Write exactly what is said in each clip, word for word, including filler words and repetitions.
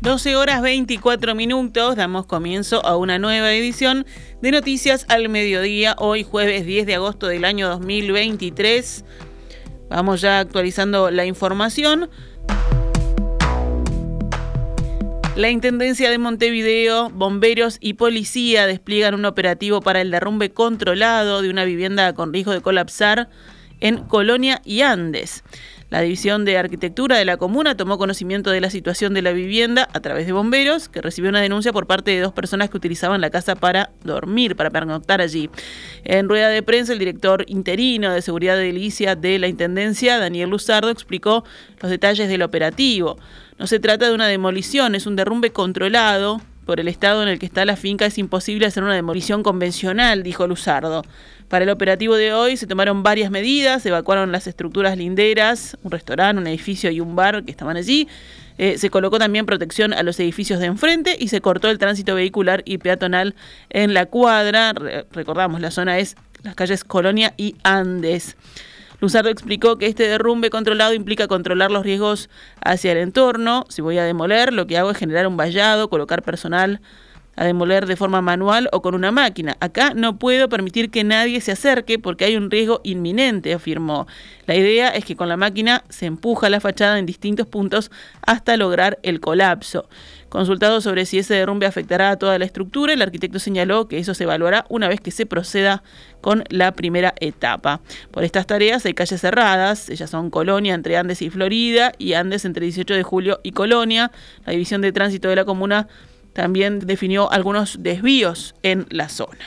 doce horas veinticuatro minutos, damos comienzo a una nueva edición de Noticias al Mediodía, hoy jueves diez de agosto del año dos mil veintitrés. Vamos ya actualizando la información. La Intendencia de Montevideo, bomberos y policía despliegan un operativo para el derrumbe controlado de una vivienda con riesgo de colapsar en Colonia y Andes. La División de Arquitectura de la comuna tomó conocimiento de la situación de la vivienda a través de bomberos, que recibió una denuncia por parte de dos personas que utilizaban la casa para dormir, para pernoctar allí. En rueda de prensa, el director interino de Seguridad Edilicia de la Intendencia, Daniel Luzardo, explicó los detalles del operativo. No se trata de una demolición, es un derrumbe controlado. Por el estado en el que está la finca es imposible hacer una demolición convencional, dijo Luzardo. Para el operativo de hoy se tomaron varias medidas, se evacuaron las estructuras linderas, un restaurante, un edificio y un bar que estaban allí. Eh, se colocó también protección a los edificios de enfrente y se cortó el tránsito vehicular y peatonal en la cuadra. Re- recordamos, la zona es las calles Colonia y Andes. Luzardo explicó que este derrumbe controlado implica controlar los riesgos hacia el entorno. Si voy a demoler, lo que hago es generar un vallado, colocar personal a demoler de forma manual o con una máquina. Acá no puedo permitir que nadie se acerque porque hay un riesgo inminente, afirmó. La idea es que con la máquina se empuja la fachada en distintos puntos hasta lograr el colapso. Consultado sobre si ese derrumbe afectará a toda la estructura, el arquitecto señaló que eso se evaluará una vez que se proceda con la primera etapa. Por estas tareas hay calles cerradas, ellas son Colonia entre Andes y Florida y Andes entre dieciocho de julio y Colonia. La División de Tránsito de la comuna también definió algunos desvíos en la zona.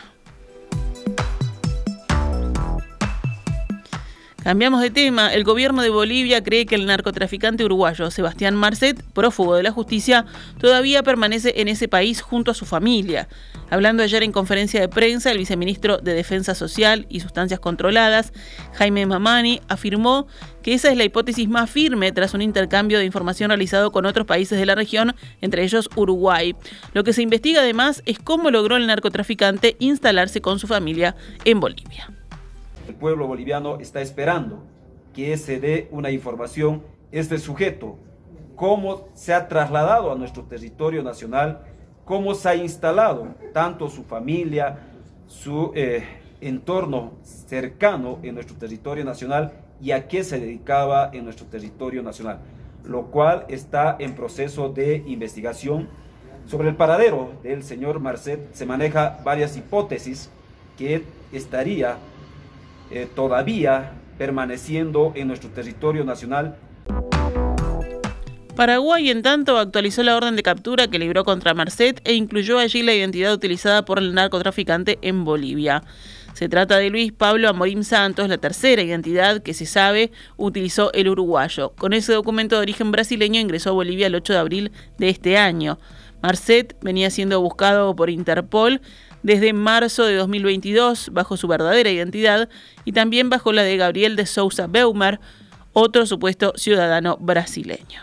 Cambiamos de tema. El gobierno de Bolivia cree que el narcotraficante uruguayo Sebastián Marcet, prófugo de la justicia, todavía permanece en ese país junto a su familia. Hablando ayer en conferencia de prensa, el viceministro de Defensa Social y Sustancias Controladas, Jaime Mamani, afirmó que esa es la hipótesis más firme tras un intercambio de información realizado con otros países de la región, entre ellos Uruguay. Lo que se investiga además es cómo logró el narcotraficante instalarse con su familia en Bolivia. El pueblo boliviano está esperando que se dé una información, este sujeto, cómo se ha trasladado a nuestro territorio nacional, cómo se ha instalado tanto su familia, su eh, entorno cercano en nuestro territorio nacional y a qué se dedicaba en nuestro territorio nacional, lo cual está en proceso de investigación. Sobre el paradero del señor Marcet se maneja varias hipótesis que estaría Eh, todavía permaneciendo en nuestro territorio nacional. Paraguay, en tanto, actualizó la orden de captura que libró contra Marcet e incluyó allí la identidad utilizada por el narcotraficante en Bolivia. Se trata de Luis Pablo Amorim Santos, la tercera identidad que se sabe utilizó el uruguayo. Con ese documento de origen brasileño ingresó a Bolivia el ocho de abril de este año. Marcet venía siendo buscado por Interpol desde marzo de dos mil veintidós bajo su verdadera identidad y también bajo la de Gabriel de Souza Beumar, otro supuesto ciudadano brasileño.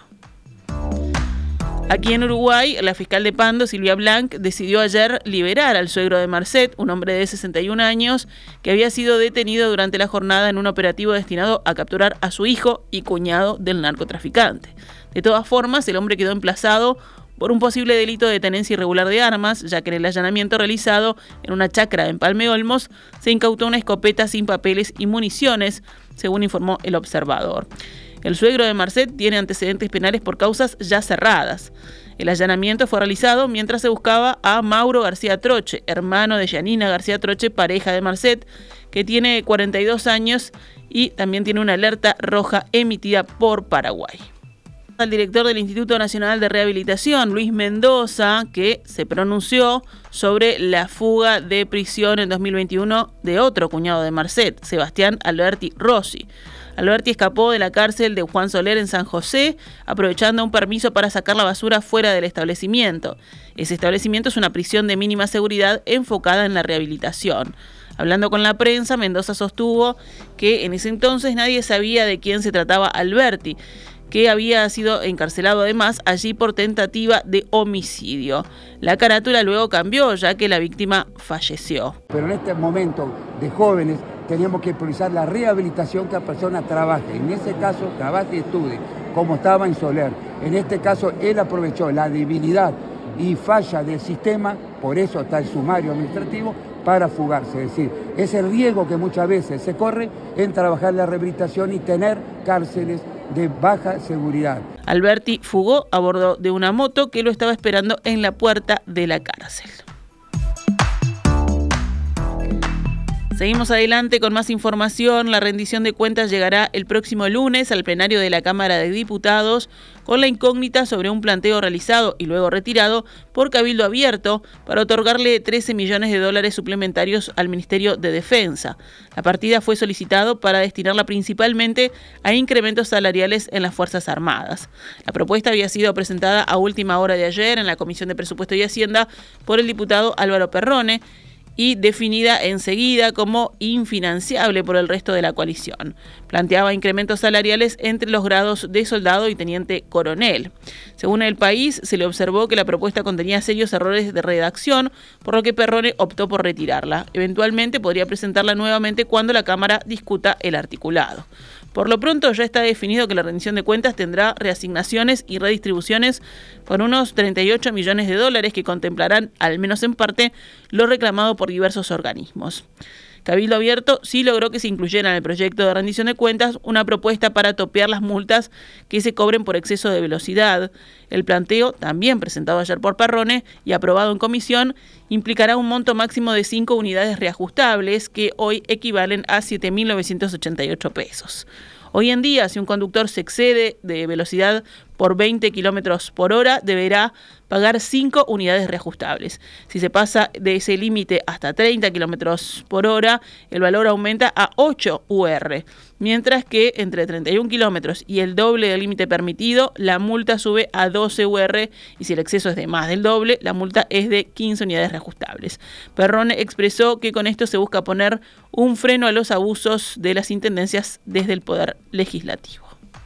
Aquí en Uruguay, la fiscal de Pando, Silvia Blanc, decidió ayer liberar al suegro de Marcet, un hombre de sesenta y un años, que había sido detenido durante la jornada en un operativo destinado a capturar a su hijo y cuñado del narcotraficante. De todas formas, el hombre quedó emplazado por un posible delito de tenencia irregular de armas, ya que en el allanamiento realizado en una chacra en Palme Olmos se incautó una escopeta sin papeles y municiones, según informó el observador. El suegro de Marcet tiene antecedentes penales por causas ya cerradas. El allanamiento fue realizado mientras se buscaba a Mauro García Troche, hermano de Yanina García Troche, pareja de Marcet, que tiene cuarenta y dos años y también tiene una alerta roja emitida por Paraguay. Al director del Instituto Nacional de Rehabilitación, Luis Mendoza, que se pronunció sobre la fuga de prisión en dos mil veintiuno de otro cuñado de Marcet, Sebastián Alberti Rossi. Alberti escapó de la cárcel de Juan Soler en San José, aprovechando un permiso para sacar la basura fuera del establecimiento. Ese establecimiento es una prisión de mínima seguridad enfocada en la rehabilitación. Hablando con la prensa, Mendoza sostuvo que en ese entonces nadie sabía de quién se trataba Alberti, que había sido encarcelado además allí por tentativa de homicidio. La carátula luego cambió, ya que la víctima falleció. Pero en este momento de jóvenes teníamos que priorizar la rehabilitación, que la persona trabaje. En ese caso, trabaje y estudie. como estaba en Soler. En este caso, él aprovechó la debilidad y falla del sistema, por eso está el sumario administrativo, para fugarse. Es decir, es el riesgo que muchas veces se corre en trabajar la rehabilitación y tener cárceles de baja seguridad. Alberti fugó a bordo de una moto que lo estaba esperando en la puerta de la cárcel. Seguimos adelante con más información. La rendición de cuentas llegará el próximo lunes al plenario de la Cámara de Diputados con la incógnita sobre un planteo realizado y luego retirado por Cabildo Abierto para otorgarle trece millones de dólares suplementarios al Ministerio de Defensa. La partida fue solicitado para destinarla principalmente a incrementos salariales en las Fuerzas Armadas. La propuesta había sido presentada a última hora de ayer en la Comisión de Presupuesto y Hacienda por el diputado Álvaro Perrone, y definida enseguida como infinanciable por el resto de la coalición. Planteaba incrementos salariales entre los grados de soldado y teniente coronel. Según El País, se le observó que la propuesta contenía serios errores de redacción, por lo que Perrone optó por retirarla. Eventualmente podría presentarla nuevamente cuando la Cámara discuta el articulado. Por lo pronto ya está definido que la rendición de cuentas tendrá reasignaciones y redistribuciones por unos treinta y ocho millones de dólares que contemplarán, al menos en parte, lo reclamado por diversos organismos. Cabildo Abierto sí logró que se incluyera en el proyecto de rendición de cuentas una propuesta para topear las multas que se cobren por exceso de velocidad. El planteo, también presentado ayer por Perrone y aprobado en comisión, implicará un monto máximo de cinco unidades reajustables que hoy equivalen a siete mil novecientos ochenta y ocho pesos. Hoy en día, si un conductor se excede de velocidad por veinte kilómetros por hora, deberá pagar cinco unidades reajustables. Si se pasa de ese límite hasta treinta kilómetros por hora, el valor aumenta a ocho U R, mientras que entre treinta y un kilómetros y el doble del límite permitido, la multa sube a doce U R, y si el exceso es de más del doble, la multa es de quince unidades reajustables. Perrone expresó que con esto se busca poner un freno a los abusos de las intendencias desde el Poder Legislativo.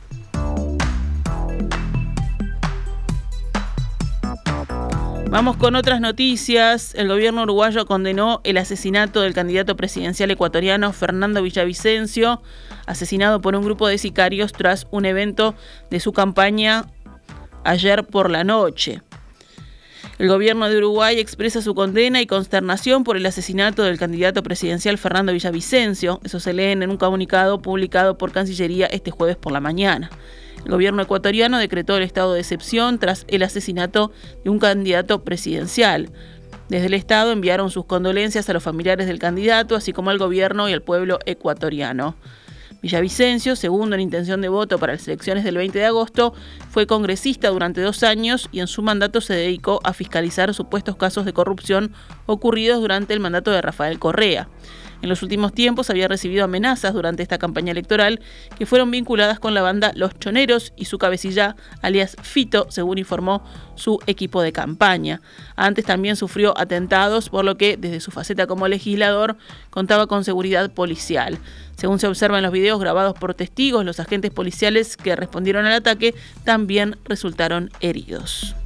Vamos con otras noticias. El gobierno uruguayo condenó el asesinato del candidato presidencial ecuatoriano Fernando Villavicencio, asesinado por un grupo de sicarios tras un evento de su campaña ayer por la noche. El gobierno de Uruguay expresa su condena y consternación por el asesinato del candidato presidencial Fernando Villavicencio. Eso se lee en un comunicado publicado por Cancillería este jueves por la mañana. El gobierno ecuatoriano decretó el estado de excepción tras el asesinato de un candidato presidencial. Desde el Estado enviaron sus condolencias a los familiares del candidato, así como al gobierno y al pueblo ecuatoriano. Villavicencio, segundo en intención de voto para las elecciones del veinte de agosto, fue congresista durante dos años y en su mandato se dedicó a fiscalizar supuestos casos de corrupción ocurridos durante el mandato de Rafael Correa. En los últimos tiempos había recibido amenazas durante esta campaña electoral que fueron vinculadas con la banda Los Choneros y su cabecilla, alias Fito, según informó su equipo de campaña. Antes también sufrió atentados, por lo que desde su faceta como legislador contaba con seguridad policial. Según se observa en los videos grabados por testigos, los agentes policiales que respondieron al ataque también resultaron heridos.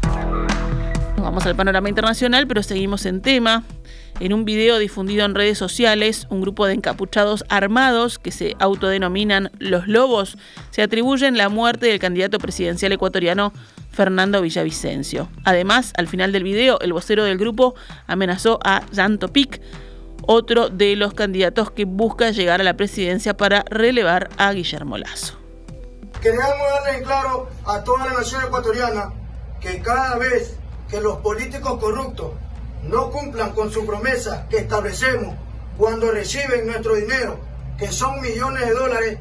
Vamos al panorama internacional, pero seguimos en tema. En un video difundido en redes sociales, un grupo de encapuchados armados que se autodenominan Los Lobos se atribuyen la muerte del candidato presidencial ecuatoriano Fernando Villavicencio. Además, al final del video, el vocero del grupo amenazó a Jan Topic, otro de los candidatos que busca llegar a la presidencia para relevar a Guillermo Lasso. Queremos darle en claro a toda la nación ecuatoriana que cada vez que los políticos corruptos no cumplan con su promesa que establecemos cuando reciben nuestro dinero, que son millones de dólares,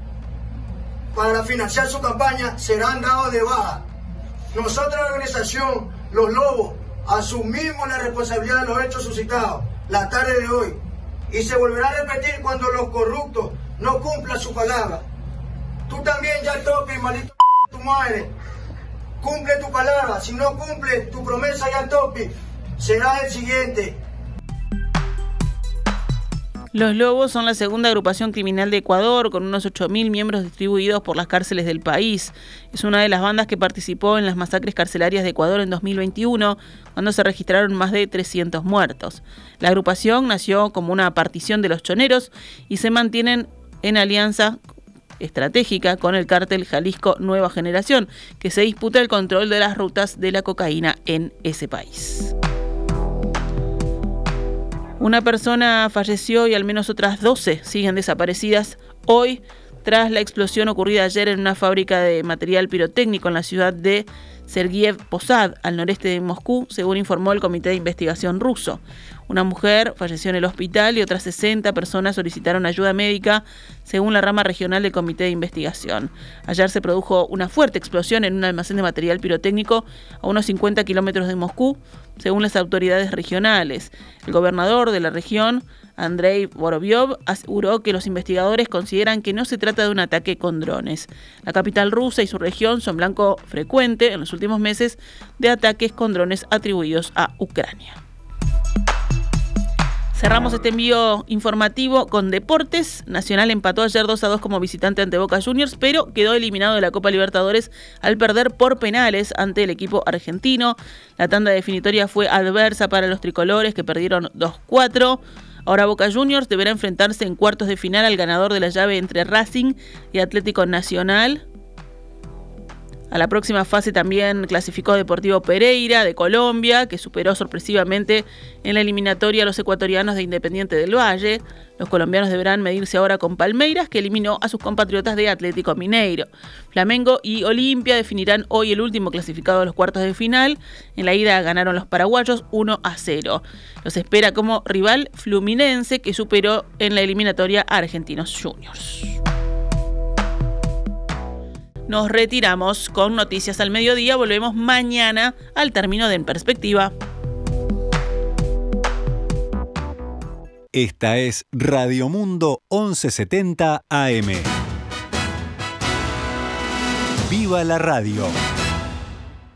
para financiar su campaña, serán dados de baja. Nosotros, la organización Los Lobos, asumimos la responsabilidad de los hechos suscitados la tarde de hoy, y se volverá a repetir cuando los corruptos no cumplan su palabra. Tú también, ya tope, maldito tu madre, cumple tu palabra. Si no cumple tu promesa, ya tope, será el siguiente. Los Lobos son la segunda agrupación criminal de Ecuador, con unos ocho mil miembros distribuidos por las cárceles del país. Es una de las bandas que participó en las masacres carcelarias de Ecuador en dos mil veintiuno, cuando se registraron más de trescientos muertos. La agrupación nació como una partición de los Choneros y se mantienen en alianza estratégica con el cártel Jalisco Nueva Generación, que se disputa el control de las rutas de la cocaína en ese país. Una persona falleció y al menos otras doce siguen desaparecidas hoy tras la explosión ocurrida ayer en una fábrica de material pirotécnico en la ciudad de Sergiev Posad, al noreste de Moscú, según informó el Comité de Investigación ruso. Una mujer falleció en el hospital y otras sesenta personas solicitaron ayuda médica, según la rama regional del Comité de Investigación. Ayer se produjo una fuerte explosión en un almacén de material pirotécnico a unos cincuenta kilómetros de Moscú, según las autoridades regionales. El gobernador de la región, Andrei Vorobyov, aseguró que los investigadores consideran que no se trata de un ataque con drones. La capital rusa y su región son blanco frecuente en los últimos meses de ataques con drones atribuidos a Ucrania. Cerramos este envío informativo con deportes. Nacional empató ayer dos a dos como visitante ante Boca Juniors, pero quedó eliminado de la Copa Libertadores al perder por penales ante el equipo argentino. La tanda definitoria fue adversa para los tricolores, que perdieron dos cuatro. Ahora Boca Juniors deberá enfrentarse en cuartos de final al ganador de la llave entre Racing y Atlético Nacional. A la próxima fase también clasificó Deportivo Pereira de Colombia, que superó sorpresivamente en la eliminatoria a los ecuatorianos de Independiente del Valle. Los colombianos deberán medirse ahora con Palmeiras, que eliminó a sus compatriotas de Atlético Mineiro. Flamengo y Olimpia definirán hoy el último clasificado de los cuartos de final. En la ida ganaron los paraguayos uno a cero. Los espera como rival Fluminense, que superó en la eliminatoria a Argentinos Juniors. Nos retiramos con noticias al mediodía. Volvemos mañana al término de En Perspectiva. Esta es Radio Mundo once setenta A M. ¡Viva la radio!